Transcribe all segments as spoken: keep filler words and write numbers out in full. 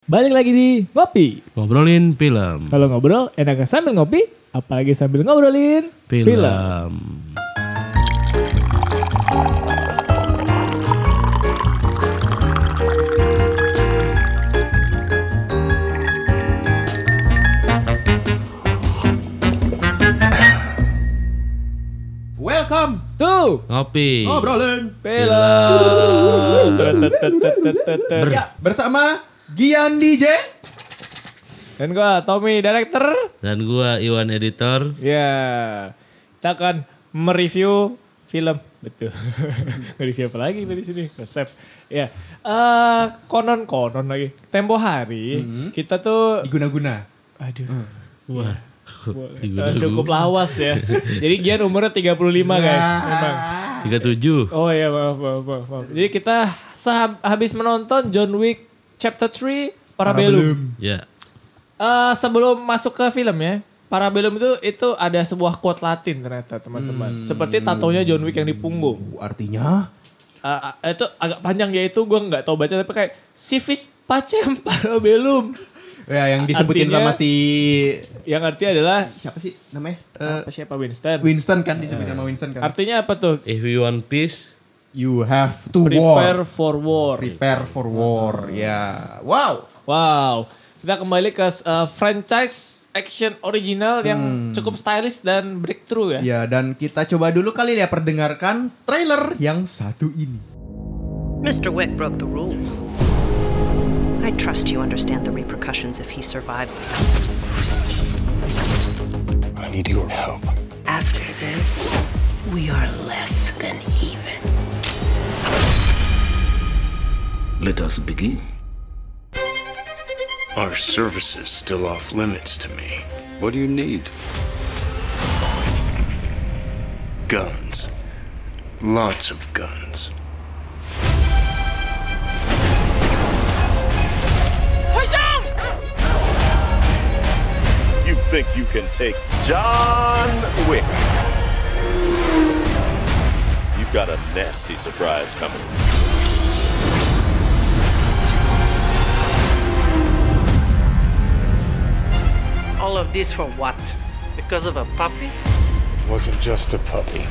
Balik lagi di Ngopi. Ngobrolin film. Kalau ngobrol enaknya sambil ngopi, apalagi sambil ngobrolin Film. film. Welcome Tuh, Ngopi. ngobrolin film. Ber- ya bersama Gian D J. Dan gua Tommy director. Dan gua Iwan editor. Ya, kita akan mereview film. Betul. Mereview apa lagi di sini? Resep. Ya, eh konon-konon lagi. Tempo hari kita tuh, Diguna-guna. aduh. Wah. Eh, cukup lawas ya. Jadi Gian umurnya tiga puluh lima guys. Memang. tiga puluh tujuh. Oh iya maaf, maaf, maaf, maaf. Jadi kita sehab- habis menonton John Wick Chapter tiga Parabellum. Ya. Eh, sebelum masuk ke film ya, Parabellum itu itu ada sebuah quote Latin ternyata teman-teman. Seperti tatonya John Wick yang di punggung. Artinya Eh, eh, itu agak panjang ya, itu gue nggak tahu baca tapi kayak Civis Pacem Parabellum. ya yang disebutin Artinya- sama si Yang artinya adalah siapa sih namanya? Eh, apa siapa Winston. Winston kan disebutin sama Winston kan. Artinya apa tuh? If you want peace, You have to Prepare war. for war. Prepare for war. Ya. Wow. Wow, kita kembali ke uh, franchise action original yang cukup stylish dan breakthrough ya. Ya dan kita coba dulu kali ya perdengarkan trailer yang satu ini. Mister Wick broke the rules. I trust you understand the repercussions if he survives. I need your help. After this, we are less than even. Let us begin. Our service is still off limits to me. What do you need? Guns. Lots of guns. You think you can take John Wick? You've got a nasty surprise coming. All of this for what? Because of a puppy? Wasn't just a puppy.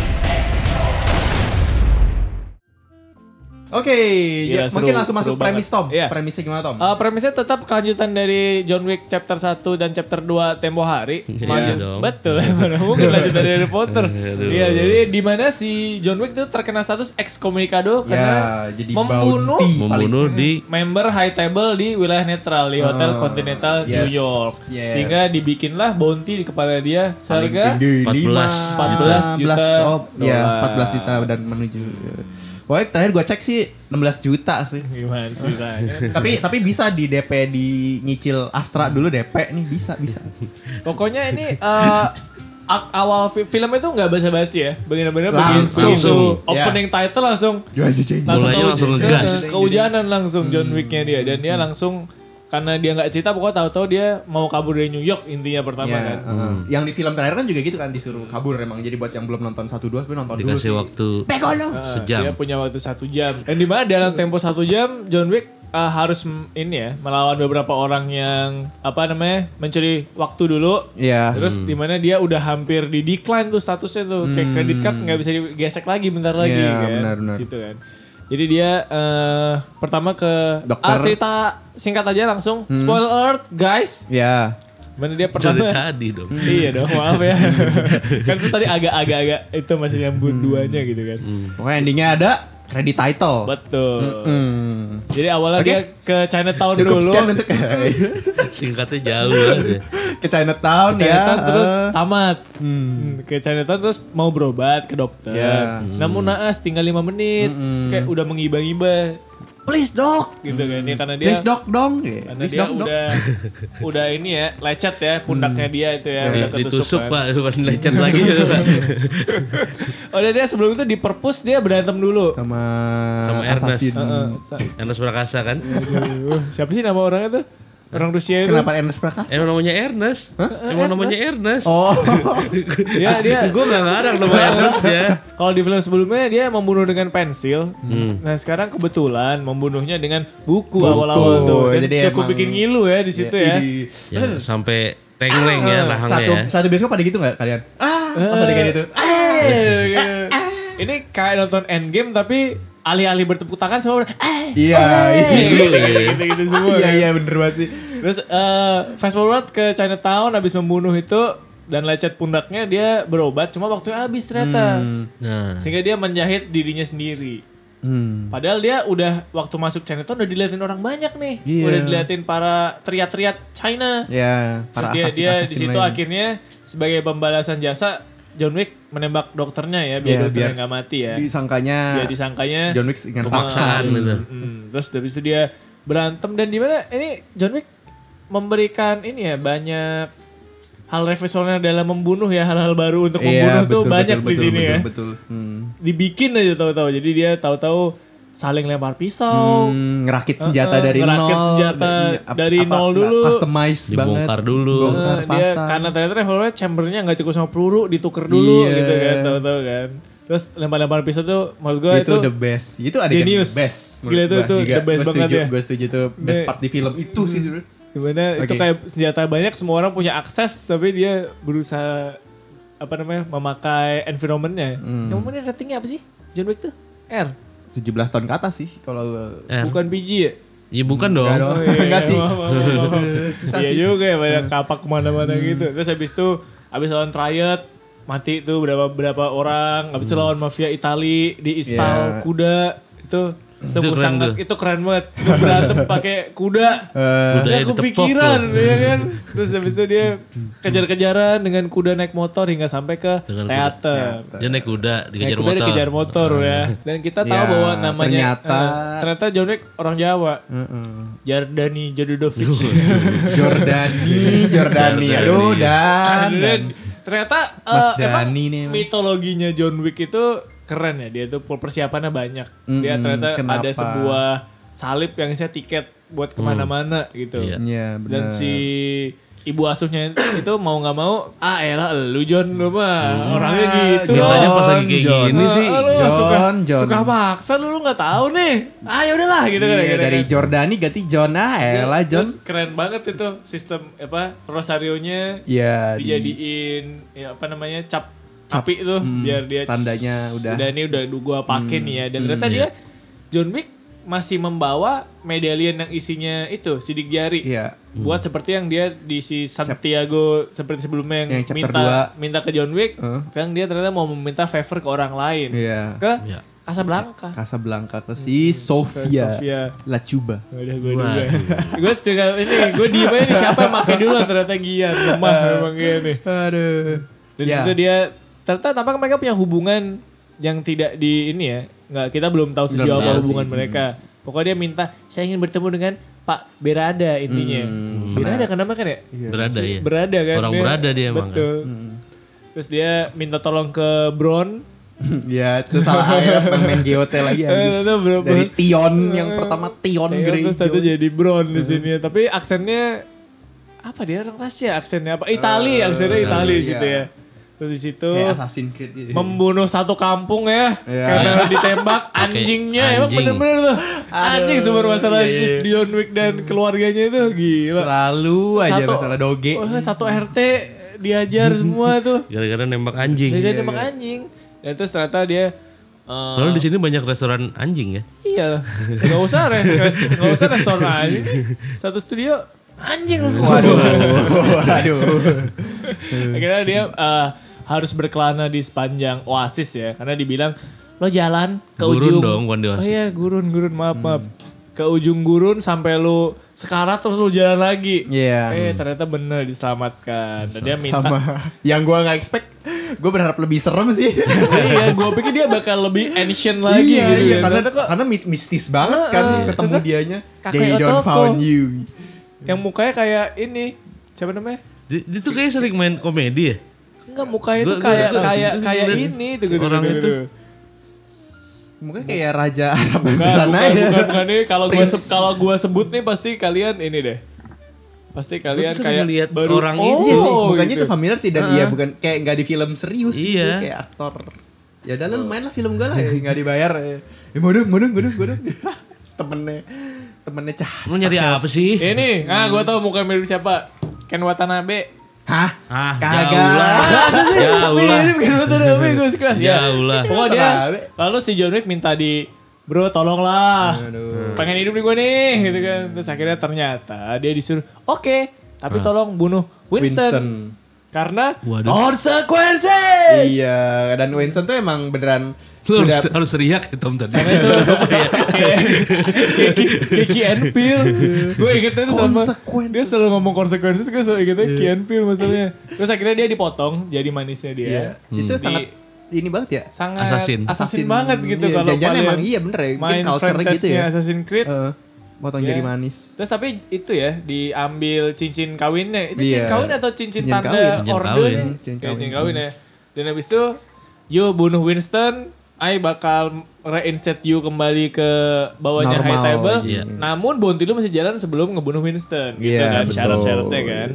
Oke, Gila, ya, seru- mungkin langsung masuk seru premis banget. Tom. Iya. Premisnya gimana Tom? Uh, premisnya tetap kelanjutan dari John Wick chapter satu dan chapter dua tempo hari. Iya Lanjut- dong. Betul, mana mungkin lanjut dari Harry Potter. Aduh. Iya, jadi di mana si John Wick itu terkena status excommunicado karena ya, jadi membunuh bounty membunuh paling- di member high table di wilayah netral di Hotel Ah, Continental New yes, York. yes. Sehingga dibikinlah bounty di kepala dia paling seharga tinggi empat belas empat belas juta oh, ya dolar. empat belas juta dan menuju. Wah, terakhir gue cek sih enam belas juta sih. gimana ceritanya? tapi tapi bisa di D P di nyicil Astra dulu D P nih bisa bisa. Pokoknya ini eh, a- awal fi- film itu nggak basa-basi ya. Bener-bener begitu Langsung. begitu Ya. opening title langsung Jual jeng. Mulainya ke- langsung ke- ngegas. Kehujanan langsung John Wick-nya dia dan dia langsung karena dia nggak cerita pokoknya tahu-tahu dia mau kabur dari New York intinya pertama Ya, kan. uh, yang di film terakhir kan juga gitu kan disuruh kabur emang. Jadi buat yang belum nonton satu dua sebenarnya nonton dulu dikasih sih. waktu Eh, sejam. Dia punya waktu satu jam. Dan di mana dalam tempo satu jam John Wick eh, harus m- ini ya melawan beberapa orang yang apa namanya mencuri waktu dulu. Iya. Terus di mana dia udah hampir di decline tuh statusnya tuh kayak credit card nggak bisa digesek lagi bentar lagi Iya, kan. benar, benar. Situ kan. Jadi dia eh, pertama ke Dokter. Ah, cerita singkat aja langsung. Spoiler alert guys. Ya. Mana dia Dari pertama. tadi dong. Iya dong, maaf ya. Kan itu tadi agak-agak itu masih nyambut duanya gitu kan. Pokoknya endingnya ada credit title. Betul. Hmm. Jadi awalnya Oke. dia ke Chinatown Cukup dulu. sekian untuk Singkatnya jauh aja. ke Chinatown Ke ya. Chinatown terus eh. tamat. Hmm, Ke Chinatown terus mau berobat ke dokter. Ya. Namun naas tinggal lima menit. Terus kayak udah mengiba-ngiba. Please dok gitu kan. Ya, karena dia Please dok dong. Ya. karena Please dia dok dok. udah udah ini ya lecet ya pundaknya dia itu ya udah ketusuk Ditusuk kan. pak, bukan lecet lagi gitu pak. Oh dan dia sebelum itu di perpus dia berantem dulu. Sama Sama Ernest. assassin. Heeh. Ernest Prakasa kan. Aduh, siapa sih nama orangnya tuh? Orang Rusia itu. Kenapa Ernest Prakasa? Emang namanya Ernest. Emang namanya Ernest. Oh. Dia dia Gue gak ngarang nama Ernestnya. kalau di film sebelumnya dia membunuh dengan pensil. Hmm. Nah sekarang kebetulan membunuhnya dengan buku, Buku. awal-awal tuh. Dan Jadi cukup emang- bikin ngilu ya di situ ya. Idi. Ya, sampai tengleng ya rahangnya Satu ya. satu bioskop pada gitu nggak kalian? Ah, pas adegan itu. Eh, gitu. Ini kayak nonton Endgame tapi alih-alih bertepuk tangan semua ber- eh, Iya, iya. gitu-gitu semua. Iya, kan. iya bener banget sih. Terus eh, fast forward ke Chinatown habis membunuh itu dan lecet pundaknya dia berobat cuma waktunya habis ternyata. Hmm. Nah, Sehingga dia menjahit dirinya sendiri. Hmm. Padahal dia udah waktu masuk Chinatown udah diliatin orang banyak nih. Iya. Udah diliatin para teriat-teriat China. Ya, Terus para dia assassin- dia di assassin situ lain. akhirnya sebagai pembalasan jasa John Wick menembak dokternya ya biar Iya, dokternya biar nggak mati ya. disangkanya Dia disangkanya John Wick dengan Pemaksaan paksa. gitu. Mm, terus dari itu dia berantem dan di mana ini John Wick memberikan ini ya banyak hal revolusioner dalam membunuh ya, hal-hal baru untuk membunuh Iya, tuh betul, banyak betul, di betul, sini betul, ya. Betul. Hmm. Dibikin aja tahu-tahu. Jadi dia tahu-tahu saling lempar pisau. Hmm, ngerakit senjata Uh, uh, dari ngerakit nol. senjata Ap- dari apa, nol nggak dulu. Customize banget. dibongkar dulu. Bongkar Nah, dia pasang. karena ternyata revolvernya chambernya nggak cukup sama peluru, dituker dulu Iya. gitu kan, tahu-tahu kan. Terus lempar-lempar pisau tuh menurut gue itu, itu, the best. Itu adegan genius. best. Gila, itu- itu the best gue banget setuju, ya. Gue setuju itu best Ini- part di film itu sih sebenarnya. Dimana itu Oke. kayak senjata banyak, semua orang punya akses, tapi dia berusaha apa namanya memakai environmentnya. Hmm. Yang mana ratingnya apa sih? John Wick tuh R, tujuh belas tahun ke atas sih kalau Eh, bukan P G ya? Iya bukan dong. Enggak dong. Oh, iya, Enggak iya, sih. maaf, maaf, maaf, maaf. Susah Iya sih. juga ya, banyak kapak kemana-mana gitu. Terus habis itu, habis lawan Triad, mati tuh berapa berapa orang. Habis itu lawan mafia Itali di istal Iya. kuda itu. Itu, Itu keren sangat, tuh. itu keren banget. Itu berantem pakai kuda. Eh, Kuda Gak yang ditepok kepikiran tuh. ya kan. Terus habis itu dia kejar-kejaran dengan kuda naik motor hingga sampai ke Dengan kuda. teater. Dia naik kuda, Naik dikejar kuda motor. dikejar motor ya. Dan kita tahu Ya, bahwa namanya ternyata- eh, ternyata John Wick orang Jawa. Heeh. Jardani Jododovic. Jordani, Jordani. Aduh, dan. Dan dan. ternyata Mas eh, emang Dani nih emang. mitologinya John Wick itu keren ya. Dia tuh persiapannya banyak. Dia Mm-mm, ternyata kenapa? ada sebuah salib yang saya tiket buat kemana-mana gitu. Iya. Iya, Dan benar. si ibu asuhnya itu mau nggak mau, ah elah lu John lu mah orangnya gitu. Ceritanya pas lagi John, kayak John. gini sih. Ah, lu John, suka, John. suka maksa lu, lu nggak tahu nih. Ah ya udahlah gitu kan. Iya, gitu dari kan. Jordani ganti John. Ah, elah John. Terus keren banget itu sistem apa Rosario-nya Iya, di- dijadiin ya apa namanya cap capi itu Hmm, biar dia tandanya udah. udah ini udah gua pakai nih ya. Dan ternyata Hmm, dia John Wick masih membawa medallion yang isinya itu sidik jari. Iya. Buat seperti yang dia di si Santiago seperti sebelumnya yang, Yang chapter minta dua. minta ke John Wick, Heeh. sekarang dia ternyata mau meminta favor ke orang lain. Iya. Ke Iya. Casablanca. Casablanca ke si Ke Sofia Sofia. Lachuba. Udah gue Wah. juga. Gue tinggal ini, gue diem aja nih siapa yang pakai dulu ternyata Gian. Lemah memang gini. Aduh. Dan Ya. situ dia ternyata tampaknya mereka punya hubungan yang tidak di ini ya. Nggak, kita belum tahu Belum sejauh apa tahu hubungan sih. mereka. Pokoknya dia minta, saya ingin bertemu dengan Pak Berada intinya. Hmm, Berada karena- kenapa kan ya? Berada ya. Berada kan. Orang dia- berada dia emang kan. Betul. Hmm. Terus dia minta tolong ke Bron. Ya, itu salah akhirnya main G O T lagi Eh, ya. itu Bro- Dari Bron. Tion yang pertama Tion Iya, terus Greyjoy. tadi jadi Bron di sini. Tapi aksennya apa dia orang Asia aksennya apa? Itali, Eh, aksennya Itali iya. situ ya. Terus di situ Kayak Assassin's Creed gitu. membunuh satu kampung ya Iya. karena ditembak anjingnya emang anjing. bener-bener tuh anjing Aduh, sumber masalah iya, iya. John Wick dan keluarganya itu gila. Selalu aja Satu- masalah doge. Oh, satu R T diajar semua tuh. Gara-gara nembak anjing. Dia Iya, tembak iya. anjing. Dan terus ternyata dia eh, Lalu di sini banyak restoran anjing ya. iya, nggak usah res, res, nggak usah restoran anjing. Satu studio anjing lu semua. Waduh. Waduh. Akhirnya dia eh, harus berkelana di sepanjang oasis ya, karena dibilang lo jalan ke Gurun ujung. dong, bukan di Oh oasis. iya gurun gurun maaf maaf. Ke ujung gurun sampai lu sekarat terus lu jalan lagi. Iya. Eh ternyata bener diselamatkan. Dan dia minta. Sama yang gua nggak expect, gua berharap lebih serem sih. Iya, gue pikir dia bakal lebih ancient lagi iya, gitu. iya, ya. karena Ternyata kok karena mi- mistis banget kan Heeh, ketemu ternyata dianya. kakek They don't Otoko. found you. yang mukanya kayak ini siapa namanya? Dia, dia tuh kayak sering main komedi ya. Enggak mukanya itu Gua- gua- kayak gua- kayak gua- kayak gua- ini tuh gitu, orang gitu, itu. gitu. Mungkin kayak raja Arab Bukan, beneran bukan, aja. bukan, bukan, ini kalau gua Prince. se- kalau gua sebut nih pasti kalian ini deh. pasti Gua kalian tuh sering kayak lihat baru orang oh, itu. Iya sih, bukannya gitu. itu familiar sih dan iya bukan kayak nggak di film serius, Iya. gitu, kayak aktor. Ya udah lu main lah film gue lah, ya, nggak dibayar. Ya mau dong, mau dong, mau dong, mau dong. Temennya, temennya cah. Lu nyari apa sih? Ini, ah gue tau muka mirip siapa. Ken Watanabe. Hah? Ah, Kagak. jauh lah. Jauh lah. Mirip Ken Watanabe gue sekelas ya. Jauh lah. Pokoknya dia, Watanabe. lalu si John Wick minta di, bro tolonglah. Aduh. Pengen hidup di gue nih, gitu kan. Terus akhirnya ternyata dia disuruh, oke, tapi Ah. tolong bunuh Winston. Winston. Karena Waduh. konsekuensi. Iya, dan Winston tuh emang beneran Lu sudah harus, harus riak ya Tom tadi. Itu kayak Key and Peele. Gue ingetnya tuh sama Konsekuensi. dia selalu ngomong konsekuensi, gue selalu ingetnya Key and Peele masalahnya. Terus akhirnya dia dipotong jadi manisnya dia. Iya, itu Di- sangat ini banget ya. sangat Assassin. assassin banget gitu Iya, kalau jangan kalian emang iya bener ya, mungkin main culture gitu franchise-nya ya. Assassin's Creed. Heeh. Potong Iya. jari manis. Terus tapi itu ya diambil cincin kawinnya. Itu cincin Iya. kawin atau cincin, Cincin tanda kawin. Cincin orde kawin. nih? Cincin Kayak cincin kawin. kawin ya. Dan habis itu you bunuh Winston, I bakal reinstate you kembali ke bawahnya Normal, high table. iya. Namun bounty lu masih jalan sebelum ngebunuh Winston. Gitu Iya, kan betul. syarat-syaratnya kan.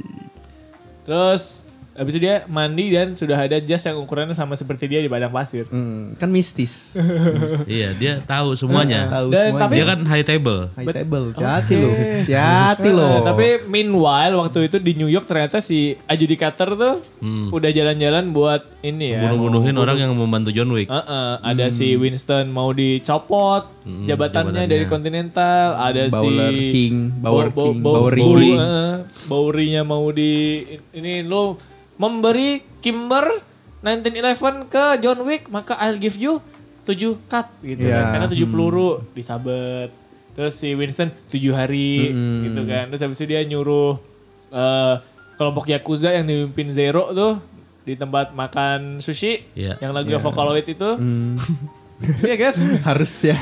Terus habis itu dia mandi dan sudah ada jas yang ukurannya sama seperti dia di padang pasir. Hmm, kan mistis. Iya, dia tahu semuanya. Tahu Dan semuanya. tapi- Dia kan high table. high table. Hati lo. Hati Nah, lo. tapi meanwhile waktu itu di New York ternyata si adjudicator tuh Hmm. udah jalan-jalan buat ini ya. Bunuh-bunuhin orang yang membantu John Wick. Heeh, ada si Winston mau dicopot Hmm, jabatannya jabatannya. dari Continental, ada Bowler si King, Bower Bow- King, Bow- Bowery Bowery, King. heeh, Bowery-nya mau di ini lo memberi Kimber nineteen eleven ke John Wick, maka I'll give you tujuh cut gitu Iya. kan. Karena tujuh Hmm. peluru disabet. Terus si Winston tujuh hari Mm-mm. gitu kan. Terus habis itu dia nyuruh eh, kelompok Yakuza yang dipimpin Zero tuh di tempat makan sushi Iya. yang lagu Iya. Vocaloid itu. Hmm, Iya kan? harus ya.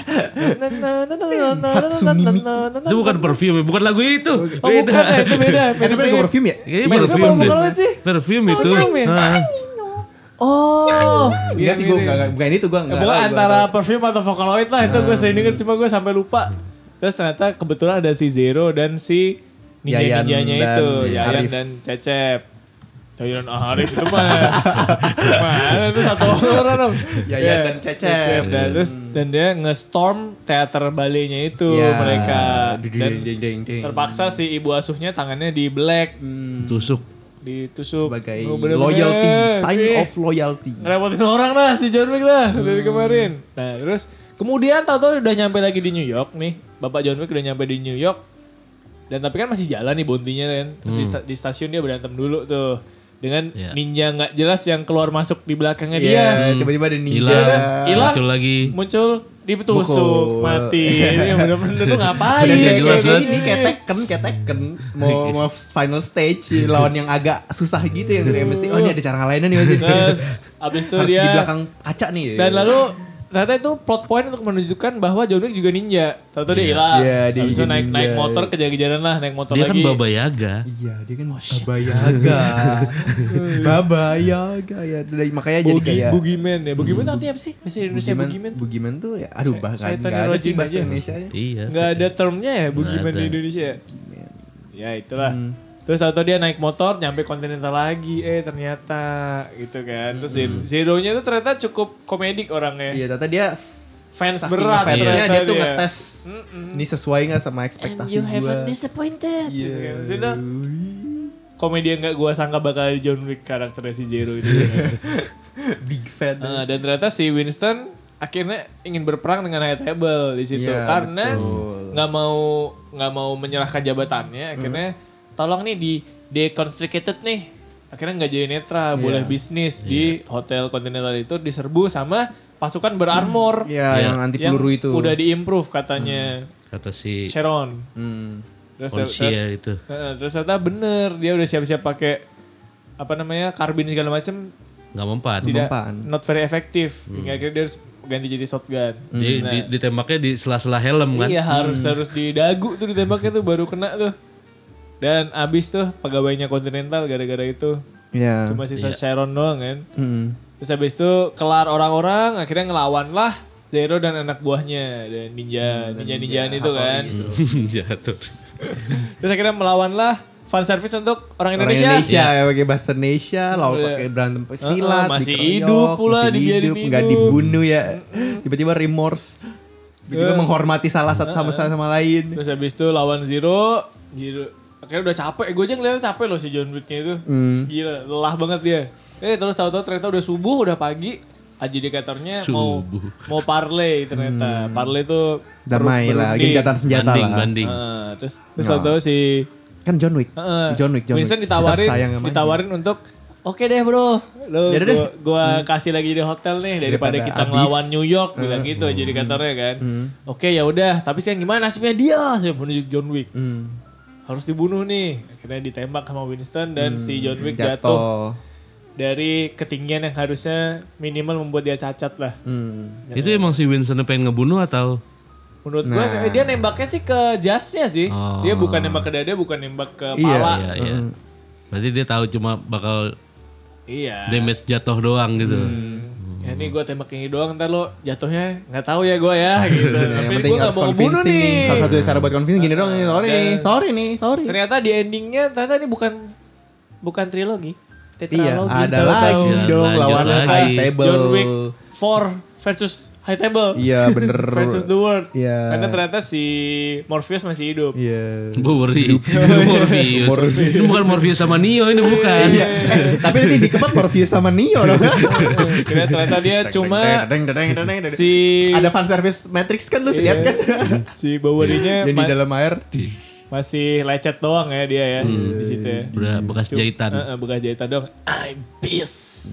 Hatsune Miku. Itu bukan perfume, ya, bukan lagu itu. Oh bukan ya, itu beda. Eh tapi lagu perfume ya? Kayaknya Maksudnya perfume malah deh. Vocaloid sih? Perfume Oh, itu. perfume ya? Hah. Oh. Enggak sih gue enggak bukan itu gue Ya, enggak. pokoknya tahu, gua antara tahu. perfume atau Vocaloid lah itu gue sering denger cuma gue sampai lupa. Terus ternyata kebetulan ada si Zero dan si Yayan ninja-ninjanya dan itu, Yayan Arif. dan Cecep. Yayan Arif itu mah. Mana itu satu orang dong. Yayan Ya, dan Cecep. Dan terus dan dia nge-storm teater balenya itu Iya. mereka. Ding, Dan ding, ding, ding. terpaksa si ibu asuhnya tangannya di black, Hmm, Tusuk. ditusuk. sebagai Oh, bener-bener. loyalty, sign Oke. of loyalty. Ngerepotin orang lah si John Wick lah Hmm. dari kemarin. Nah terus kemudian tau-tau udah nyampe lagi di New York nih. Bapak John Wick udah nyampe di New York. Dan tapi kan masih jalan nih bounty-nya kan. Terus di, sta- di stasiun dia berantem dulu tuh. Dengan Iya. ninja gak jelas yang keluar masuk di belakangnya dia. Iya, tiba-tiba ada ninja. Hilang. Hilang. Muncul lagi. Muncul ditusuk, Mukul. mati. Ini bener-bener tuh ngapain? Dan Iya, kayak, jelas kayak, banget. ini kayak Tekken, kayak Tekken mau, mau final stage lawan yang agak susah gitu yang kayak mesti oh ini ada cara ngalahinnya nih masih. Terus abis itu Harus dia di belakang kaca nih. dan lalu ternyata itu plot point untuk menunjukkan bahwa John Wick juga ninja. Tahu-tahu dia Iya. hilang. Iya, dia Habis itu juga naik ninja. naik motor kejar-kejaran lah, naik motor Dia lagi. kan Baba Yaga. Iya, dia kan Baba Yaga. Baba Yaga ya. Dari- Makanya jadi Boogie, kayak Boogeyman ya. Boogeyman itu artinya apa sih? Bahasa Indonesia Boogeyman, Boogeyman. Boogeyman tuh ya aduh bahkan Setan enggak ada rajin sih bahasa aja. Indonesia. Iya. Enggak ada termnya ya Boogeyman ada. di Indonesia. Ya itulah. Hmm. Terus atau dia naik motor nyampe Continental lagi eh ternyata gitu kan. Terus Zero-nya tuh ternyata cukup komedik orangnya. Iya, ternyata dia Fans saking berat fansnya ternyata dia tuh ngetes Mm-mm. ini sesuai nggak sama ekspektasi gua. disappointed. Iya. Gitu kan. Maksudnya, komedi yang gak gue sangka bakal di John Wick karakternya si Zero itu. Big fan. Nah, dan ternyata si Winston akhirnya ingin berperang dengan High Table di situ Iya, karena betul. nggak mau nggak mau menyerahkan jabatannya. Akhirnya tolong nih di deconstructed nih. Akhirnya nggak jadi netral, Iya. boleh bisnis di Hotel Continental itu diserbu sama pasukan berarmor Iya, Iya. yang anti yang peluru itu. udah diimprove katanya Kata si Sharon. Hmm. Terus Ponsia itu. Heeh, terus ternyata bener dia udah siap-siap pakai apa namanya karbin segala macem Nggak mempan. tidak Mempan. not very effective hingga akhirnya dia harus ganti jadi shotgun. Di, Nah, di- ditembaknya di sela-sela helm kan. iya harus harus di dagu tuh ditembaknya tuh baru kena tuh. Dan abis tuh pegawainya Continental gara-gara itu Iya. cuma sisa Iya. Sharon doang kan. Hmm. Terus habis itu kelar orang-orang akhirnya ngelawan lah Zero dan anak buahnya dan ninja dan ninja ninjaan ninja itu Hattori kan. itu. Jatuh. Terus akhirnya melawan lah fan service untuk orang Orang Indonesia. Indonesia ya, pakai bahasa Indonesia, lalu Iya. pakai berantem Uh-uh, silat, masih dikeroyok, hidup pula, masih dibiarin hidup, nggak hidup. dibunuh ya. Tiba-tiba remorse. Tiba-tiba Uh. menghormati salah satu sama sama lain. Terus habis itu lawan Zero, Zero akhirnya udah capek. Gue aja ngeliatnya capek loh si John Wick-nya itu. Hmm. Gila, lelah banget dia. Eh terus tahu-tahu ternyata udah subuh, udah pagi. Adjudikatornya mau Subuh. mau parlay ternyata. Parlay itu Damai ber- lah, berunding. gencatan senjata banding, lah. banding. Heeh, terus terus Oh. tahu-tahu si Kan John Wick. Heeh. John Wick, John Winston Wick. ditawarin, Kita sayang sama ditawarin untuk oke deh bro, lo Yaudah deh. gua, gua kasih lagi di hotel nih daripada, Daripada kita abis. ngelawan New York, Uh, bilang gitu adjudikatornya kan. Hmm. Oke ya udah, tapi sekarang gimana nasibnya dia? Saya menunjuk John Wick. Hmm. Harus dibunuh nih. Akhirnya ditembak sama Winston dan Hmm, si John Wick jatuh. Dari ketinggian yang harusnya minimal membuat dia cacat lah. Hmm. Itu emang si Winston pengen ngebunuh atau? Menurut gua Nah. dia nembaknya sih ke jasnya sih. Oh. Dia bukan nembak ke dada, bukan nembak ke Iya. pala. Iya, iya. Hmm. Berarti dia tahu cuma bakal Iya. damage jatuh doang gitu. Ya nih gue tembak ini doang, ntar lo jatuhnya nggak tahu ya gue ya gitu. Yang Tapi penting gue nggak harus mau ngebunuh convincing nih. nih. Salah satu cara buat convincing gini dong. Sorry nih, Dan- sorry nih, sorry. Ternyata di endingnya ternyata ini bukan bukan trilogi, Iya, tetralogi. ada Tahu-tahu. lagi Lanjut dong lawan lagi. high table. John Wick four versus High Table Iya bener. versus The World. Iya. Karena ternyata si Morpheus masih hidup. Iya. Bori, Morpheus. Morpheus. Ini bukan Morpheus sama Neo, ini bukan. Iya. Eh, tapi nanti dikebak Morpheus sama Neo dong. Kira ternyata dia cuma Deng, deng, deng, deng, deng, deng. si ada fan service Matrix kan lu lihat kan? si bawarinya Yang di dalam air. masih lecet doang ya dia ya di situ ya. Ber- bekas Cuma- jahitan. Heeh, bekas jahitan doang. I'm peace.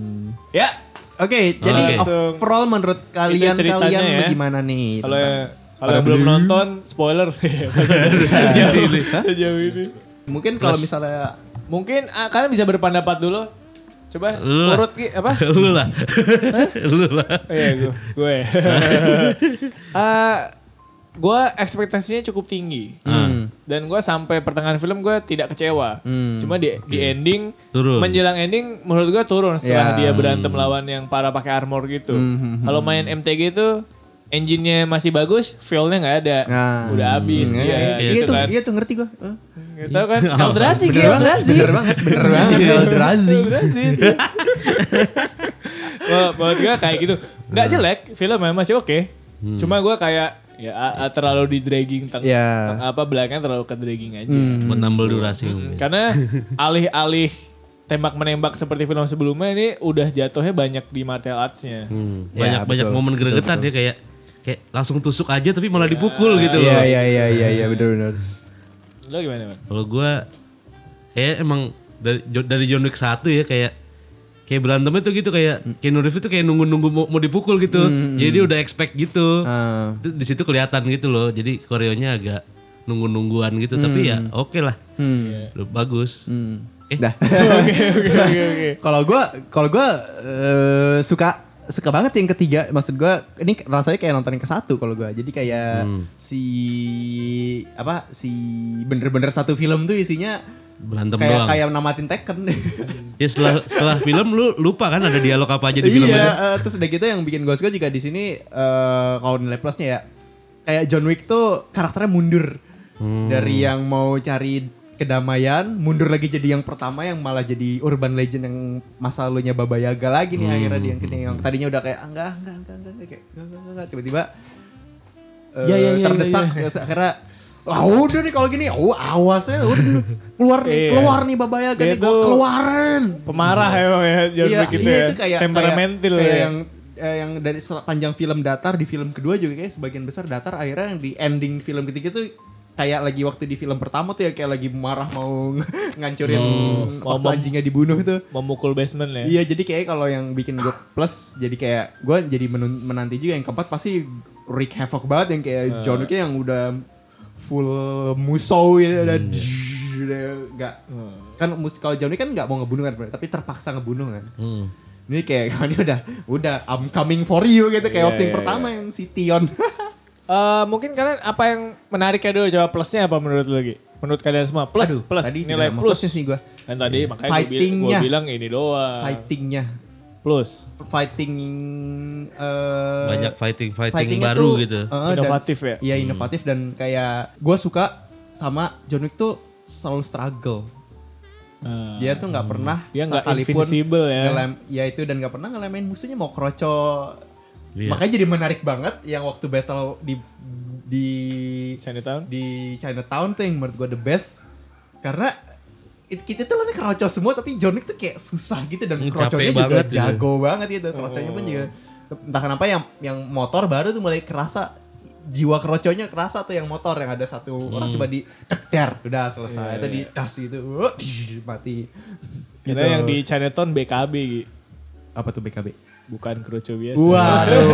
Ya, Oke, jadi Oke. overall menurut kalian ceritanya kalian ya. gimana nih? kalau tentang- kalau Pada belum belum. nonton spoiler. Sejauh ini. Sejauh ini. Mungkin kalau Plus. misalnya Mungkin ah, kalian bisa berpendapat dulu. Coba Lu lah. urut Ki, apa? Lu lah. Lu lah. Oh, iya gue. Gue. Ah, gue ekspektasinya cukup tinggi. Hmm. Dan gue sampai pertengahan film gue tidak kecewa. Hmm. Cuma di di ending Turun. menjelang ending menurut gue turun setelah Ya. dia berantem lawan yang para pakai armor gitu. Hmm, hmm, Kalau main M T G itu engine-nya masih bagus, feel-nya nggak ada. Nah. Udah habis Hmm, dia. iya, iya, gitu tuh, kan. iya tuh ngerti gua. Eh. Nggak tahu kan? Eldrazi, Bener Ki, banget, Eldrazi. bener banget, bener banget Eldrazi. Eldrazi. Wah, menurut gue kayak gitu. Nggak jelek, filmnya masih oke. Cuma gue kayak ya a- a- terlalu di dragging teng, Ya. teng- apa belakangnya terlalu ke dragging aja. Hmm. Menambah durasi. Hmm, Karena alih-alih tembak menembak seperti film sebelumnya ini udah jatuhnya banyak di martial arts-nya. Hmm, Ya, banyak banyak betul, momen betul, gregetan betul. dia kayak kayak langsung tusuk aja tapi malah dipukul gitu loh. Iya iya iya iya iya bener bener. Lo gimana, Man? Kalau gua kayak emang dari dari John Wick satu ya kayak kayak berantemnya tuh gitu kayak Keanu Reeves itu kayak nunggu-nunggu mau, mau dipukul gitu. Jadi dia udah expect gitu. Ah. Itu di situ kelihatan gitu loh. Jadi koreonya agak nunggu-nungguan gitu tapi ya oke lah. Hmm. Lu bagus. Hmm. Eh. Dah. Oke oke oke oke. Kalau gua kalau gua eh, suka suka banget sih yang ketiga. Maksud gua ini rasanya kayak nonton yang ke satu kalau gua. Jadi kayak Hmm. si apa si bener-bener satu film tuh isinya Berantem kayak doang. kayak namatin Tekken. Ya setelah setelah film lu lupa kan ada dialog apa aja di film Iya, itu. eh, terus udah gitu yang bikin gue suka juga di sini eh, kalau nilai plusnya ya kayak John Wick tuh karakternya mundur Hmm. dari yang mau cari kedamaian, mundur lagi jadi yang pertama yang malah jadi urban legend yang masa lalunya Baba Yaga lagi nih Hmm. akhirnya dia yang, yang tadinya udah kayak "Ah, enggak enggak enggak enggak enggak kayak enggak, enggak, enggak." Tiba-tiba eh, Ya, ya, ya, terdesak ya, terus akhirnya ah udah nih kalau gini, oh awas ya, udah keluar nih, Iya. keluar nih Baba Yaga Dia nih, gua tuh keluarin. Pemarah emang ya John Iya, Wick itu iya ya. itu kayak temperamental kayak, kayak ya. yang eh, yang dari sepanjang film datar di film kedua juga kayak sebagian besar datar akhirnya yang di ending film ketiga tuh kayak lagi waktu di film pertama tuh ya kayak lagi marah mau ngancurin Hmm. waktu Mau- anjingnya dibunuh tuh. Memukul basement ya. Iya jadi kayak kalau yang bikin gue plus jadi kayak gue jadi menun- menanti juga yang keempat pasti wreak havoc banget yang kayak Hmm. John Wick yang udah full musuh ya dan udah nggak Hmm. kan mus- kalau John Wick kan nggak mau ngebunuh kan tapi terpaksa ngebunuh kan. Hmm. Ini kayak ini udah udah I'm coming for you gitu kayak Iya, waktu yang iya, pertama yang si Tion. Eh, mungkin kalian apa yang menariknya dulu, coba plusnya apa menurut lu lagi? Menurut kalian semua plus Aduh, plus tadi nilai sudah plus. plusnya sih gua. Dan tadi makanya gue Fightingnya. bilang ini doang. Fightingnya, Plus. fighting eh Banyak fighting fighting fightingnya baru tuh, gitu. eh, dan- Inovatif ya. Iya inovatif dan kayak gue suka sama John Wick tuh selalu struggle. Nah, Dia tuh nggak pernah dia nggak sekalipun invincible ya. ngelem- ya itu dan nggak pernah ngelemein musuhnya mau kroco. Iya. Makanya jadi menarik banget yang waktu battle di di Chinatown. di Chinatown tuh yang menurut gue the best karena it, kita tuh lawannya kroco semua tapi John Wick tuh kayak susah gitu dan Hmm, kroconya capek juga banget gitu. jago banget gitu. Kroconya pun juga entah kenapa yang yang motor baru tuh mulai kerasa jiwa kroconya kerasa tuh yang motor yang ada satu orang coba di tekder udah selesai itu di tas gitu uh, mati. Kita Gitu. yang di Chinatown B K B Gi. Apa tuh B K B? Bukan kroco biasa. Waduh.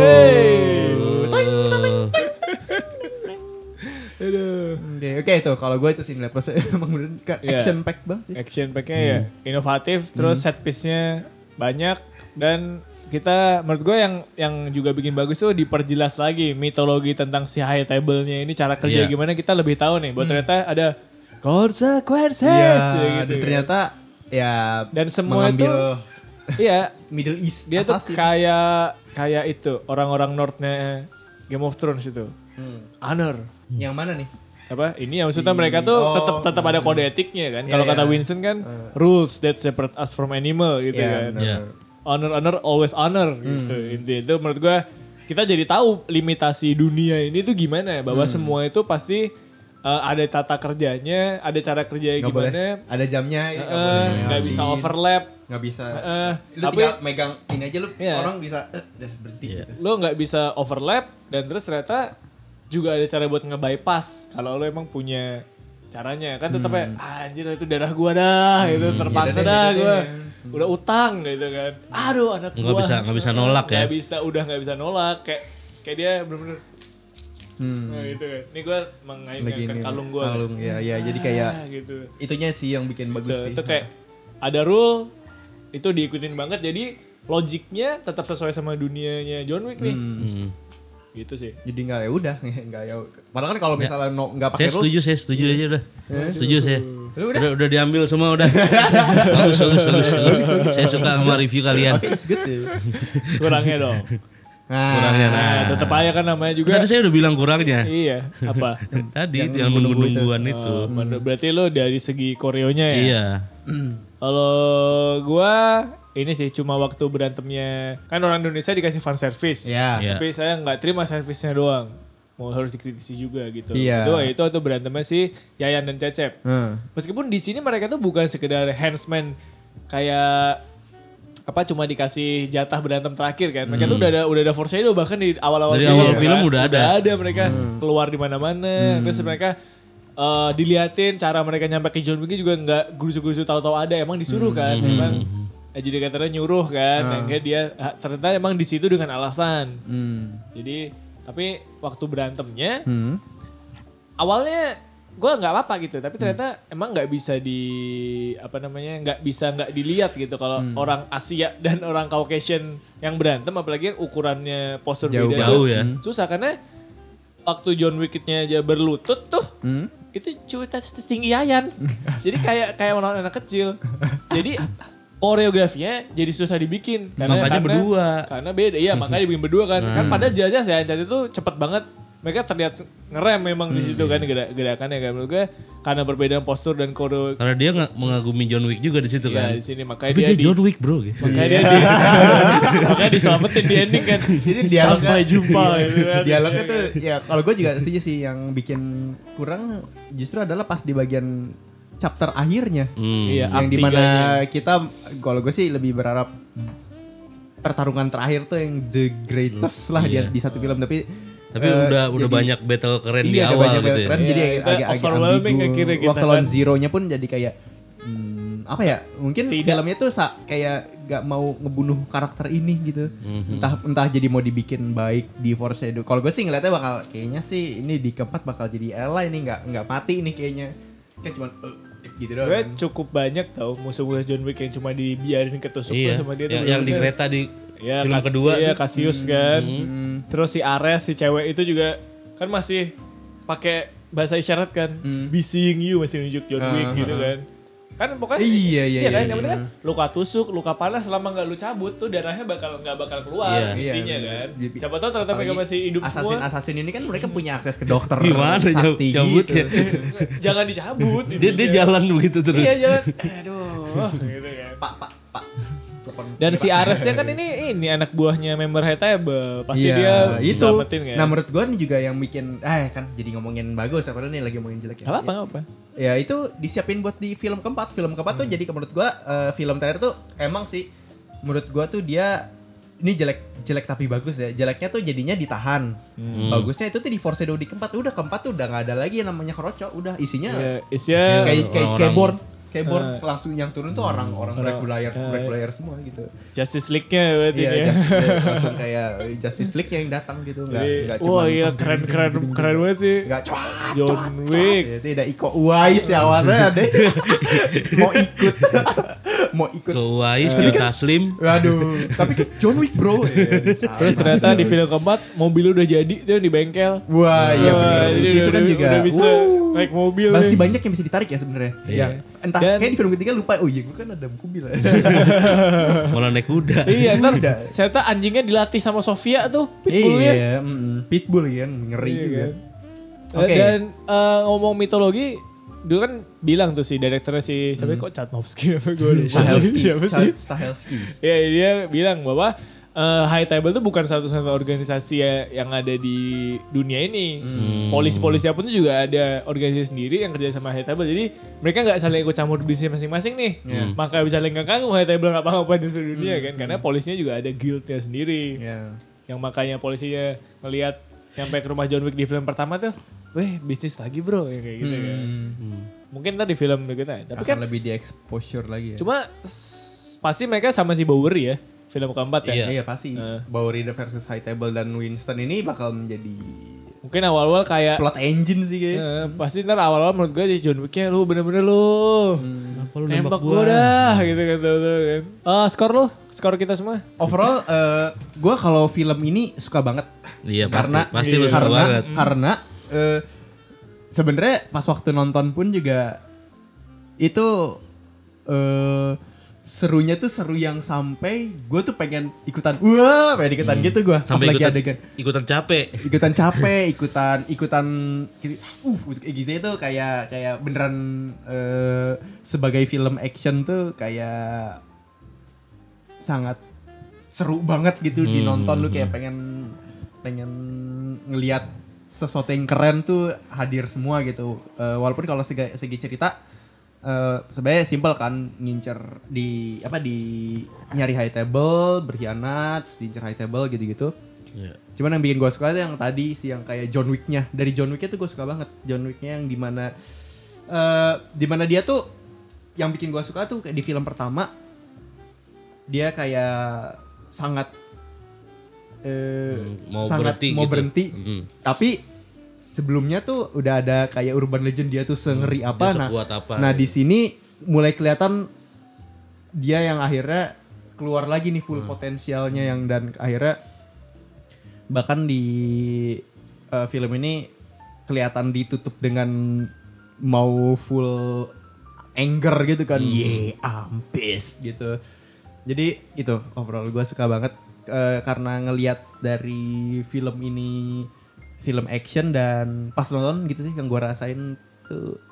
Aduh. Oke, oke itu kalau gue itu sih nilai plus emang bener kan Iya. action pack banget sih. Action pack-nya ya inovatif, terus set piece-nya banyak dan kita menurut gue yang yang juga bikin bagus tuh diperjelas lagi mitologi tentang si high table-nya ini cara kerja Iya. gimana kita lebih tahu nih. Buat ternyata ada consequences Iya, ya gitu. dan ya. ternyata ya Dan semua mengambil iya, Middle East dia tuh assassins. kayak kayak itu orang-orang North-nya Game of Thrones itu. Hmm. Honor. Yang mana nih? Apa ini ya Si- maksudnya mereka tuh oh, tetap tetap ada hmm. kode etiknya kan. Iya, Kalau kata iya. Winston kan Hmm. rules that separate us from animal gitu Iya, kan. benar. Iya. Honor honor always honor gitu. Intinya itu menurut gua kita jadi tahu limitasi dunia ini tuh gimana bahwa Hmm. semua itu pasti uh, ada tata kerjanya, ada cara kerjanya Nggak boleh. gimana. Ada jamnya, nggak Eh, boleh nggak ngelewatin. bisa overlap. Nggak bisa. Eh, Lu tapi tinggal megang ini aja lu Iya. orang bisa eh, udah berhenti Iya. gitu. lo nggak bisa overlap dan terus ternyata juga ada cara buat nge-bypass kalau lo emang punya caranya kan tetap ya ah, anjir itu darah gua dah itu iya terpaksa deh, dah iya deh, gua iya. udah utang gitu kan aduh anak Nggak gua bisa- nggak bisa nolak ya. nggak bisa udah nggak bisa nolak kayak kayak dia bener-bener Hmm. nah, gitu kan ini gua Lagi mengaitkan ini, kalung gua kalung, kan. ya, ya, jadi kayak Ah, gitu itunya sih yang bikin bagus Tuh, sih. itu kayak ada rule itu diikutin banget jadi logiknya tetap sesuai sama dunianya John Wick nih Hmm. Hmm. gitu sih. Jadi nggak ya udah nggak ya. Padahal kan kalau misalnya no, nggak pakai Saya setuju, rules, saya setuju aja udah. Setuju saya. Lu udah? Udah, udah diambil semua udah. Bagus, bagus, bagus, bagus. Saya suka sama review kalian. oke it's good ya. Kurangnya dong. Nah, Kurangnya, Nah, nah. tetap aja kan namanya juga. Tadi saya udah bilang kurangnya. Iya, apa? Tadi Yang yang, nunggu-nunggu nunggu-nungguan itu. Oh, bener. Berarti lo dari segi koreonya ya? Iya. Kalau gua ini sih cuma waktu berantemnya kan orang Indonesia dikasih fan service. Ya. Iya. Tapi saya nggak terima servisnya doang. Mau harus dikritisi juga gitu. Iya. Itu itu tuh berantemnya si Yayan dan Cecep. Hmm. Meskipun di sini mereka tuh bukan sekedar handsman kayak apa cuma dikasih jatah berantem terakhir kan. Mereka tuh udah ada udah ada foreshadow bahkan di awal-awal Dari film, awal kan. film udah ada. ada mereka keluar di mana-mana. Terus mereka eh, diliatin cara mereka nyampe ke John Wick juga nggak gurusu-gurusu tahu-tahu ada, emang disuruh kan. Emang jadi katanya nyuruh kan. Yang kayak dia ha, ternyata emang di situ dengan alasan. Hmm. Jadi tapi waktu berantemnya Hmm. awalnya gue nggak apa-apa gitu, tapi ternyata emang nggak bisa di apa namanya nggak bisa nggak dilihat gitu kalau orang Asia dan orang Caucasian yang berantem, apalagi yang ukurannya postur Jauh beda jauh tuh ya. susah karena waktu John Wick-nya aja berlutut tuh Hmm. itu cuitan setinggi Yayan, jadi kayak kayak orang anak kecil, jadi koreografinya jadi susah dibikin karena Makanya karena, berdua. karena beda iya makanya dibikin berdua kan kan Hmm. pada jelas ya Yayan itu cepet banget. Mereka terlihat ngerem memang di situ kan gerak gerakannya kan menurut gue karena perbedaan postur dan koreo Karena dia nggak mengagumi John Wick juga di situ ya kan. di sini makanya Tapi dia, dia di, John Wick bro gitu. makanya dia di, makanya diselamatin di ending kan. Jadi dialognya Sampai jumpa gitu kan. Dialognya tuh ya kalau gue juga setuju sih yang bikin kurang justru adalah pas di bagian chapter akhirnya. Hmm. Iya, Yang arc dimana tiganya. kita kalau gue sih lebih berharap pertarungan terakhir tuh yang the greatest lah Iya. di, di satu film tapi Tapi eh, udah udah jadi- banyak battle keren di iya, ada awal banyak gitu banget ya. keren, Iya, jadi itu agak agak overwhelming ambigu. akhirnya kita Waktu lawan kan. Zero-nya pun jadi kayak hmm, apa ya? Mungkin Tidak. filmnya tuh sa- kayak gak mau ngebunuh karakter ini gitu. Mhm. Entah entah jadi mau dibikin baik di foreshadow. Kalau gue sih ngeliatnya bakal kayaknya sih ini di keempat bakal jadi Ella ini nggak nggak mati ini kayaknya. Kan cuma uh, gitu doang. Gue cukup banyak tau musuh-musuh John Wick yang cuma dibiarin ketusuk Iya. sama dia tuh Yang, yang di bener-bener. kereta di Ya, film Kas- kedua iya, tuh. Cassius kan. Hmm. Terus si Ares si cewek itu juga kan masih pakai bahasa isyarat kan, Hmm. be seeing you masih nunjuk John Wick Ah, gitu ah, kan. Kan pokoknya Iya, iya, kan iya, yang penting iya. kan luka tusuk, luka panas selama nggak lu cabut tuh darahnya bakal nggak bakal keluar Iya. intinya Iya, kan. iya. Siapa tahu ternyata mereka masih hidup semua. Assassin-assassin ini kan mereka punya akses ke dokter Gimana sakti cabutnya? gitu. Jangan dicabut. Dia dia intinya. jalan begitu terus. Iya jalan. Aduh, gitu kan. Pak, pak, pak. Telepon. Dan si Aresnya kan ini ini anak buahnya member High Table. Pasti Iya, dia itu. selamatin kan. Nah, menurut gua ini juga yang bikin eh kan jadi ngomongin bagus padahal nih lagi ngomongin jelek ya. Gak apa-apa, gak apa. Ya itu disiapin buat di film keempat. Film keempat tuh jadi menurut gua eh, film terakhir tuh emang sih menurut gua tuh dia ini jelek jelek tapi bagus ya. Jeleknya tuh jadinya ditahan. Bagusnya itu tuh di foreshadow di keempat. Udah keempat tuh udah nggak ada lagi yang namanya Keroco. Udah isinya Ya, isinya kayak kayak orang-orang- keyboard keyboard Eh. langsung yang turun tuh orang-orang Orang- break layar eh. break layar semua gitu. Justice League-nya berarti Iya, ya. Justice, langsung kayak Justice League yang datang gitu, nggak Jadi, nggak cuma wah iya keren keren keren banget sih. nggak cuat John Wick. ya, tidak Iko Uwais ya awalnya deh mau ikut mau ikut Ke Wais, Tapi ke kan- Taslim. waduh tapi kan John Wick bro ya, Terus ternyata di film keempat mobil udah jadi tuh di bengkel. wah iya Wah, benar jadi itu udah- kan udah- juga udah bisa wuh, naik mobil masih nih. banyak yang bisa ditarik ya sebenarnya Iya. ya entah Dan- kayak di film ketiga lupa oh iya gue kan ada mobil Malah naik kuda. Iya kan Udah. ternyata anjingnya dilatih sama Sofia tuh pitbullnya. iya mm, pitbull kan ngeri Iya juga kan. Oke. Dan eh, ngomong mitologi dulu kan bilang tuh si direkturnya si siapa kok Chatnovsky apa gue lupa. Stahelski Siapa sih? Stahelski Ya dia bilang bahwa eh, High Table tuh bukan satu-satunya organisasi ya- yang ada di dunia ini. Hmm. Polisi-polisi pun juga ada organisasi sendiri yang kerja sama High Table. Jadi mereka nggak saling ikut campur bisnis masing-masing nih. Iya. Maka bisa saling ngeganggu High Table nggak apa-apa di seluruh dunia kan. Karena polisinya juga ada guildnya sendiri. ya Yang makanya polisinya ngelihat sampai ke rumah John Wick di film pertama tuh, weh bisnis lagi bro, yang kayak gitu kan. Hmm. Mungkin ntar di film berikutnya. Tapi akan kan lebih di exposure lagi ya cuma s- pasti mereka sama si Bowery ya, film keempat ya. Iya. Iya pasti. Eh. Bowery versus High Table dan Winston ini bakal menjadi Mungkin awal-awal kayak plot engine sih kayaknya. eh, pasti ntar awal-awal menurut gue di John Wick-nya lu bener-bener lu Kenapa lu nembak nembak gue gua? dah gitu kan tuh, tuh, kan. Ah, skor lu, skor kita semua. Overall, eh gue kalau film ini suka banget. Iya pasti, karena pasti lu suka karena banget. karena eh, sebenarnya pas waktu nonton pun juga itu eh serunya tuh seru yang sampai gue tuh pengen ikutan wah pengen ikutan gitu gue pas Sampai lagi ikutan, adegan ikutan capek. ikutan capek ikutan ikutan gitu, uh kayak gitu itu kayak kayak beneran eh, sebagai film action tuh kayak sangat seru banget gitu Hmm, dinonton lu hmm, kayak hmm. pengen pengen ngelihat sesuatu yang keren tuh hadir semua gitu. Eh, walaupun kalau segi, segi cerita eh, sebenarnya simpel kan ngincer di apa di nyari high table berkhianat terus diincer high table gitu-gitu. Iya. Cuman yang bikin gue suka itu yang tadi sih yang kayak John Wick-nya. Dari John Wick-nya tuh gue suka banget. John Wick-nya yang dimana eh dimana dia tuh yang bikin gue suka tuh kayak di film pertama dia kayak sangat eh Hmm, mau sangat berhenti mau gitu. berhenti. Hmm. Tapi sebelumnya tuh udah ada kayak urban legend dia tuh sengeri apa. Dia Nah, sekuat apa. nah di sini mulai kelihatan dia yang akhirnya keluar lagi nih full potensialnya yang dan akhirnya bahkan di eh, film ini kelihatan ditutup dengan mau full anger gitu kan. Yeah, I'm pissed gitu. Jadi itu overall gue suka banget eh, karena ngelihat dari film ini film action dan pas nonton gitu sih yang gue rasain tuh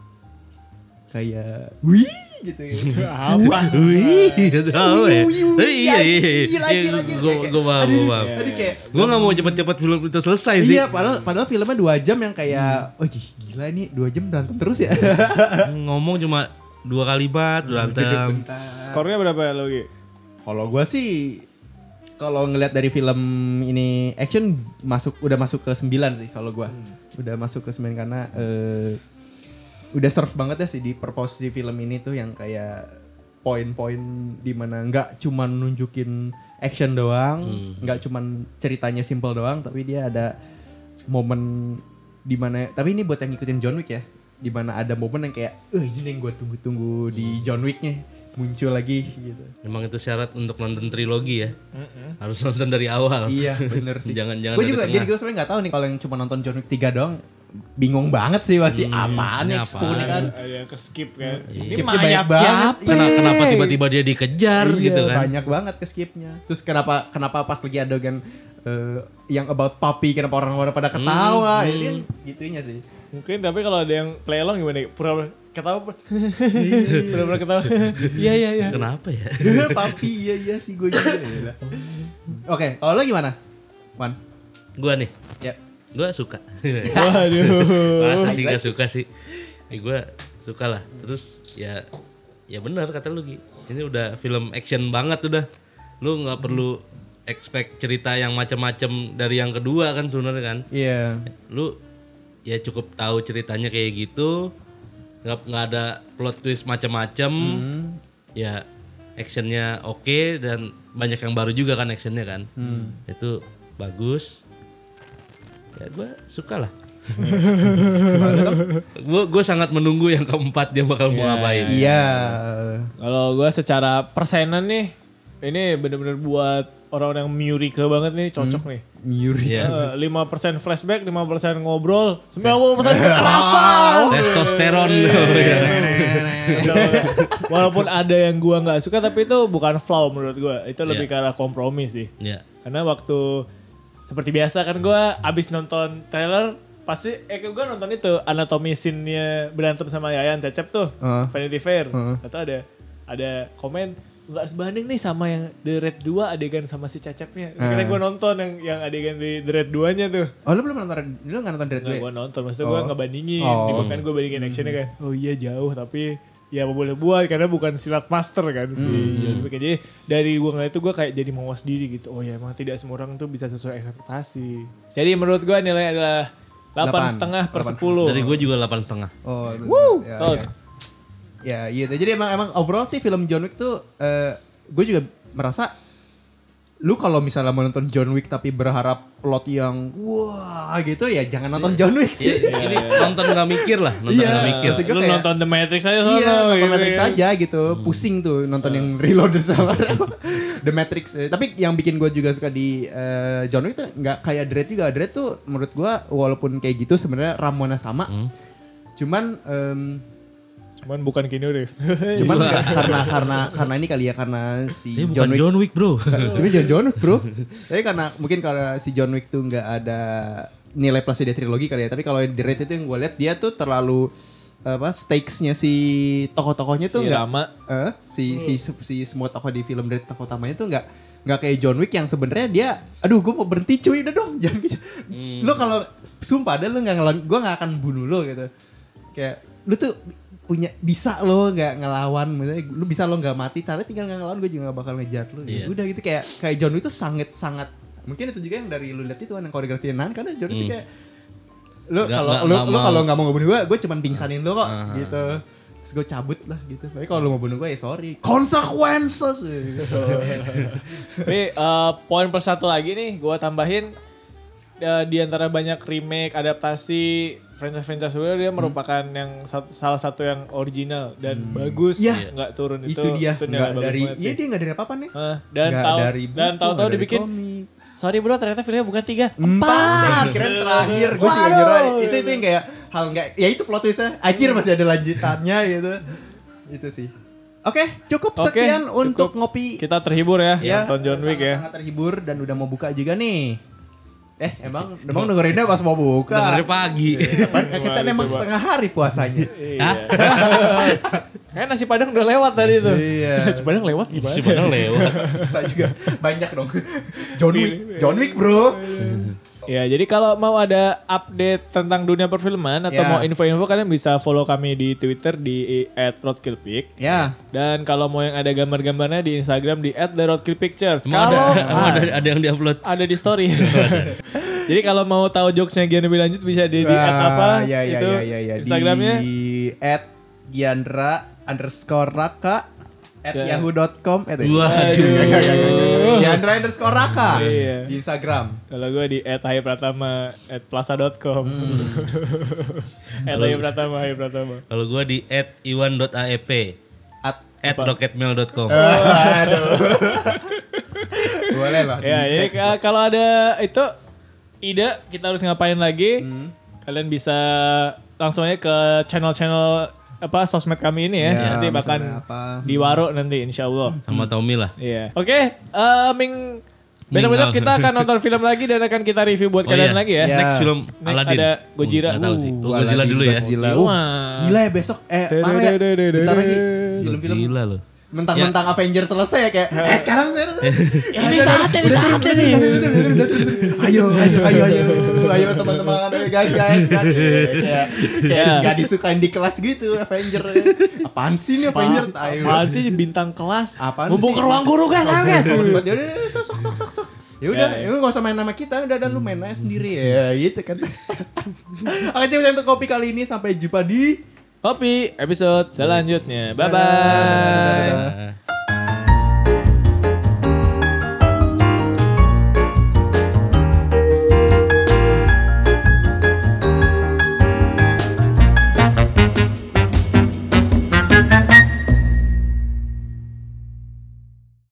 kayak wih gitu ya. Apa? Wih, tahu ya. Wih, wih, wih, Iya, iya, anjir, anjir, iya. anjir. Gue Kayak- gue paham, aduh, gue paham. aduh, kayak Gue nggak mau cepet-cepet film itu selesai sih. iya padahal padahal filmnya dua jam yang kayak oh gila ini dua jam berantem terus ya. Ngomong cuma dua kalimat berantem. Bentar. Skornya berapa ya lo Gi? Kalau gue sih kalau ngelihat dari film ini action masuk udah masuk ke sembilan sih kalau gue. Udah masuk ke sembilan karena eh, udah serve banget ya sih di purpose di film ini tuh yang kayak poin-poin dimana nggak cuman nunjukin action doang, Hmm. nggak cuman ceritanya simple doang, tapi dia ada momen dimana. Tapi ini buat yang ngikutin John Wick ya, dimana ada momen yang kayak, eh ini yang gue tunggu-tunggu di John Wick-nya muncul lagi gitu. Emang itu syarat untuk nonton trilogi ya. Harus nonton dari awal. Iya bener sih. Jangan- jangan Gue dari juga tengah. jadi gue sebenarnya nggak tahu nih kalau yang cuma nonton John Wick tiga doang bingung banget sih masih Hmm, apaan ini Expo apaan? nih kan. Ada yang ke skip kan. Ini Skipnya banyak mayat banget. siapa? Kena- kenapa tiba-tiba dia dikejar Iya, gitu kan? banyak banget ke skipnya. Terus kenapa kenapa pas lagi adegan eh, yang about puppy kenapa orang-orang pada ketawa? Hmm, Ini hmm. kan gitunya sih. Mungkin tapi kalau ada yang play along gimana? Pura-pura ketawa. Pura-pura ketawa. Iya iya iya. Kenapa ya? Puppy iya iya sih gue juga. Gila. Oke, kalau lo gimana? Wan. Gua nih, Ya. gua suka. Waduh. Masa sih gak suka sih? Eh, gue suka lah. Terus ya ya benar kata lu Gi. Ini udah film action banget udah. Lu nggak perlu expect cerita yang macam-macam dari yang kedua kan sebenarnya kan. Iya. Lu ya cukup tahu ceritanya kayak gitu. Nggak nggak ada plot twist macam-macam. Hmm. Ya actionnya oke dan banyak yang baru juga kan actionnya kan. Hmm. Itu bagus. Ya gue suka lah. Gue gue sangat menunggu yang keempat dia bakal mau Ya, ngapain. Iya. Kalau gue secara persenan nih, ini bener-bener buat orang-orang yang Murika banget nih, cocok nih. Muri. Iya. Eh, lima persen flashback, lima persen ngobrol, sembilan puluh persen kekerasan. Testosteron. Walaupun ada yang gua nggak suka, tapi itu bukan flaw menurut gua. Itu lebih Iya. ke arah kompromi sih. Ya. Karena waktu seperti biasa kan gua abis nonton trailer pasti eh gua nonton itu anatomi scene-nya berantem sama Yayan Cecep tuh, Heeh. Vanity Fair. Heeh. Atau ada ada komen nggak sebanding nih sama yang The Red dua adegan sama si Cecepnya. Karena Eh. gua nonton yang yang adegan di The Red dua-nya tuh. Oh lu belum nonton, lu nggak nonton Dread Nggak, dua? gue nonton, maksudnya Oh. gue ngebandingin, Oh. kan gue bandingin actionnya kan, oh iya jauh tapi ya apa boleh buat karena bukan silat master kan si John Wick. Jadi dari gue ngeliat itu gue kayak jadi mawas diri gitu, oh ya emang tidak semua orang tuh bisa sesuai ekspektasi. Jadi menurut gue nilai adalah delapan setengah per Delapan. sepuluh. Dari gue juga delapan setengah. Oh, Woo, ya, terus. ya. Ya, gitu. Jadi emang emang overall sih film John Wick tuh eh gue juga merasa lu kalau misalnya mau nonton John Wick tapi berharap plot yang wah gitu ya jangan nonton John Wick sih. Ini nonton nggak mikir lah, nonton Iya. nggak mikir. Maksud gue Lu kayak- nonton The Matrix aja sono. Iya, nonton gitu Matrix kan. aja gitu. Pusing tuh nonton yang Reloaded sama The Matrix. Eh, Tapi yang bikin gue juga suka di eh, John Wick tuh nggak kayak Dread juga. Dread tuh menurut gue walaupun kayak gitu sebenarnya ramuannya sama. Hmm. Cuman em, Cuman bukan Keanu Reeves. cuman nggak- karena karena karena ini kali ya karena si Ini John bukan Wick John Wick bro. Tapi John John Wick bro. Tapi karena mungkin karena si John Wick tuh nggak ada nilai plusnya di trilogi kali ya. Tapi kalau di Dread itu yang gue lihat dia tuh terlalu apa stakesnya si tokoh-tokohnya tuh Si nggak Rama. eh, si, si si semua tokoh di film Dread tokoh utamanya tuh nggak nggak kayak John Wick yang sebenarnya dia aduh gue mau berhenti cuy udah dong jangan gitu. Lo kalau sumpah ada lo nggak ngelawan gue nggak akan bunuh lo gitu. Kayak lu tuh punya bisa lo nggak ngelawan misalnya lu bisa lo nggak mati caranya tinggal nggak ngelawan gue juga nggak bakal ngejar lo Iya. udah gitu kayak kayak John Wick tuh sangat sangat mungkin itu juga yang dari lu lihat itu kan yang koreografi Nan karena John Wick tuh Hmm. kayak lu Nggak- kalau nggak- lu nggak lu mau. kalau nggak mau ngebunuh gue gue cuman pingsanin lo kok Aha. gitu terus gue cabut lah gitu tapi kalau lu mau bunuh gue ya sorry consequences Tapi eh, poin per satu lagi nih gue tambahin eh, di antara banyak remake, adaptasi franchise-franchise sebelumnya dia merupakan yang sat- salah satu yang original dan bagus, Iya. nggak turun itu. itu dia nilai nggak bagus dari banget iya sih. dia nggak dari apa-apa nih Hah, dan Nggak tahu dari dan buku, tahu-tahu nggak dari dibikin. komik. Sorry bro, ternyata filmnya bukan tiga, empat kira terakhir gue juga Waduh. ngira itu itu yang kayak hal nggak ya itu plot twistnya anjir masih ada lanjutannya gitu itu sih oke cukup Oke, sekian cukup. untuk ngopi Kita terhibur ya, ya nonton John Wick ya. sangat terhibur dan udah mau buka juga nih eh emang emang dengerinnya pas mau buka Dengarnya pagi. Kan kita Wah, emang gitu, Pak. setengah hari puasanya Iya. Kayak nasi padang udah lewat tadi tuh. Iya. Nasi padang lewat gimana? Si padang lewat. susah juga banyak dong John Wick John Wick bro Ya, jadi kalau mau ada update tentang dunia perfilman atau Ya. mau info-info kalian bisa follow kami di Twitter di at roadkillpic. ya Dan kalau mau yang ada gambar-gambarnya di Instagram di at the roadkillpictures. Emang Kalau ada, emang ada, ada yang diupload. ada di story. Jadi kalau mau tahu jokesnya Gian lebih lanjut bisa di, di at apa ya, ya, itu ya, ya, ya. Instagramnya. Di at Giandra underscore Raka at Ya. yahoo dot com eh, Waduh. Giandra underscore Raka Iya. di Instagram. Kalau gue di at Hai Pratama at plaza dot com. Hmm. at Hai Pratama, Hai Pratama. Kalau gua di at iwan dot a e p At at rocketmail dot com. aduh. Boleh lah. Ya, jadi dicek. ka- kalau ada itu ide kita harus ngapain lagi? Hmm. Kalian bisa langsung aja ke channel-channel apa sosmed kami ini ya. Ya, Nanti misalnya bahkan apa. di Waro nanti insya Allah. Sama Tommy lah. Iya. Oke, eh, Ming besok-besok kita akan nonton film lagi dan akan kita review buat Oh kalian iya. lagi ya. Ya. Next film Next Aladdin. ada Gojira. Uh, nggak tahu sih. Oh, Uh, Godzilla Aladdin, dulu ya. Godzilla. Uh, Wah. gila ya besok. Eh, parah ya. Bentar lagi. Film-film. Gila loh. Mentang-mentang Avenger selesai ya kayak. Eh sekarang saya. Ini saatnya, ini saatnya nih. Ayo, ayo, ayo, ayo, ayo teman-teman, ayo guys, guys, guys. Kayak, kayak Ya. gak disukain di kelas gitu Avenger. Apaan sih nih Avenger? Ayo. Apaan sih bintang kelas? Apaan Mumpung sih? ke ruang guru kan, ayo guys. Ya udah, sok, sok, sok, sok, sok. Ya udah, Ya, ya. ya gak usah main nama kita, udah dan lu main aja sendiri ya, gitu kan. Oke, cukup untuk kopi kali ini, sampai jumpa di Kopi episode selanjutnya. Bye Dadah. bye.